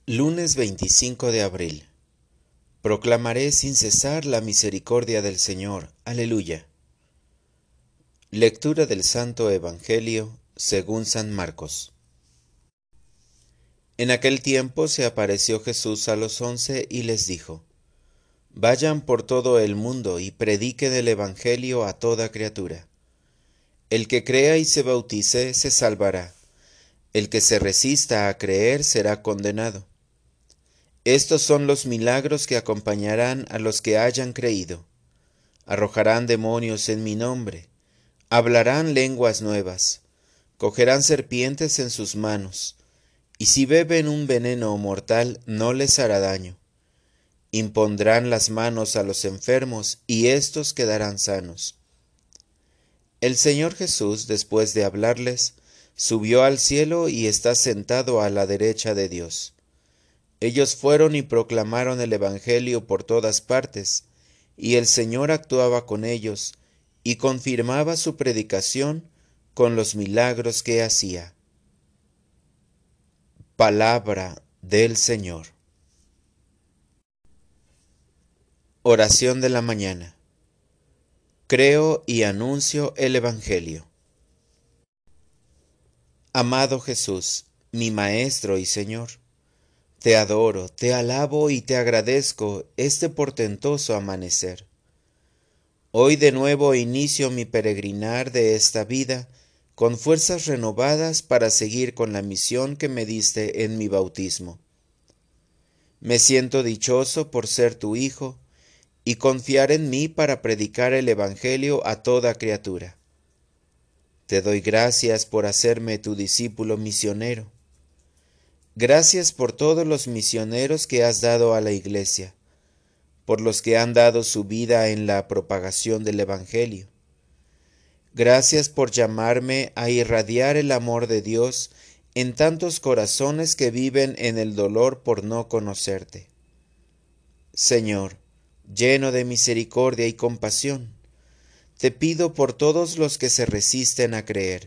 Lunes 25 de abril. Proclamaré sin cesar la misericordia del Señor. Aleluya. Lectura del Santo Evangelio según San Marcos. En aquel tiempo se apareció Jesús a los 11 y les dijo: Vayan por todo el mundo y prediquen el Evangelio a toda criatura. El que crea y se bautice se salvará. El que se resista a creer será condenado. Estos son los milagros que acompañarán a los que hayan creído. Arrojarán demonios en mi nombre, hablarán lenguas nuevas, cogerán serpientes en sus manos, y si beben un veneno mortal no les hará daño. Impondrán las manos a los enfermos y éstos quedarán sanos. El Señor Jesús, después de hablarles, subió al cielo y está sentado a la derecha de Dios. Ellos fueron y proclamaron el Evangelio por todas partes, y el Señor actuaba con ellos y confirmaba su predicación con los milagros que hacía. Palabra del Señor. Oración de la mañana. Creo y anuncio el Evangelio. Amado Jesús, mi Maestro y Señor, te adoro, te alabo y te agradezco este portentoso amanecer. Hoy de nuevo inicio mi peregrinar de esta vida con fuerzas renovadas para seguir con la misión que me diste en mi bautismo. Me siento dichoso por ser tu hijo y confiar en mí para predicar el Evangelio a toda criatura. Te doy gracias por hacerme tu discípulo misionero. Gracias por todos los misioneros que has dado a la Iglesia, por los que han dado su vida en la propagación del Evangelio. Gracias por llamarme a irradiar el amor de Dios en tantos corazones que viven en el dolor por no conocerte. Señor, lleno de misericordia y compasión, te pido por todos los que se resisten a creer,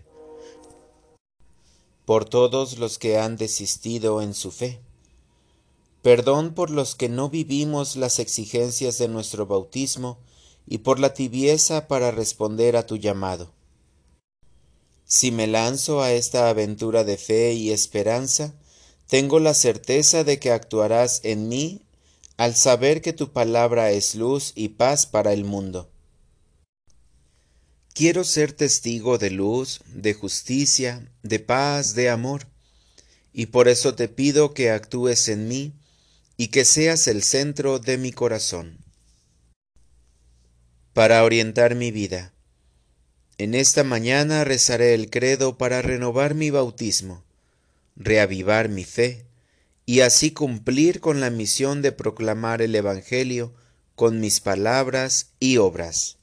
por todos los que han desistido en su fe. Perdón por los que no vivimos las exigencias de nuestro bautismo y por la tibieza para responder a tu llamado. Si me lanzo a esta aventura de fe y esperanza, tengo la certeza de que actuarás en mí al saber que tu palabra es luz y paz para el mundo. Quiero ser testigo de luz, de justicia, de paz, de amor, y por eso te pido que actúes en mí y que seas el centro de mi corazón. Para orientar mi vida, en esta mañana rezaré el credo para renovar mi bautismo, reavivar mi fe y así cumplir con la misión de proclamar el Evangelio con mis palabras y obras.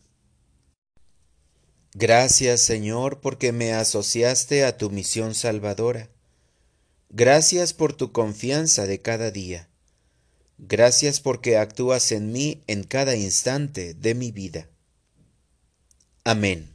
Gracias, Señor, porque me asociaste a tu misión salvadora. Gracias por tu confianza de cada día. Gracias porque actúas en mí en cada instante de mi vida. Amén.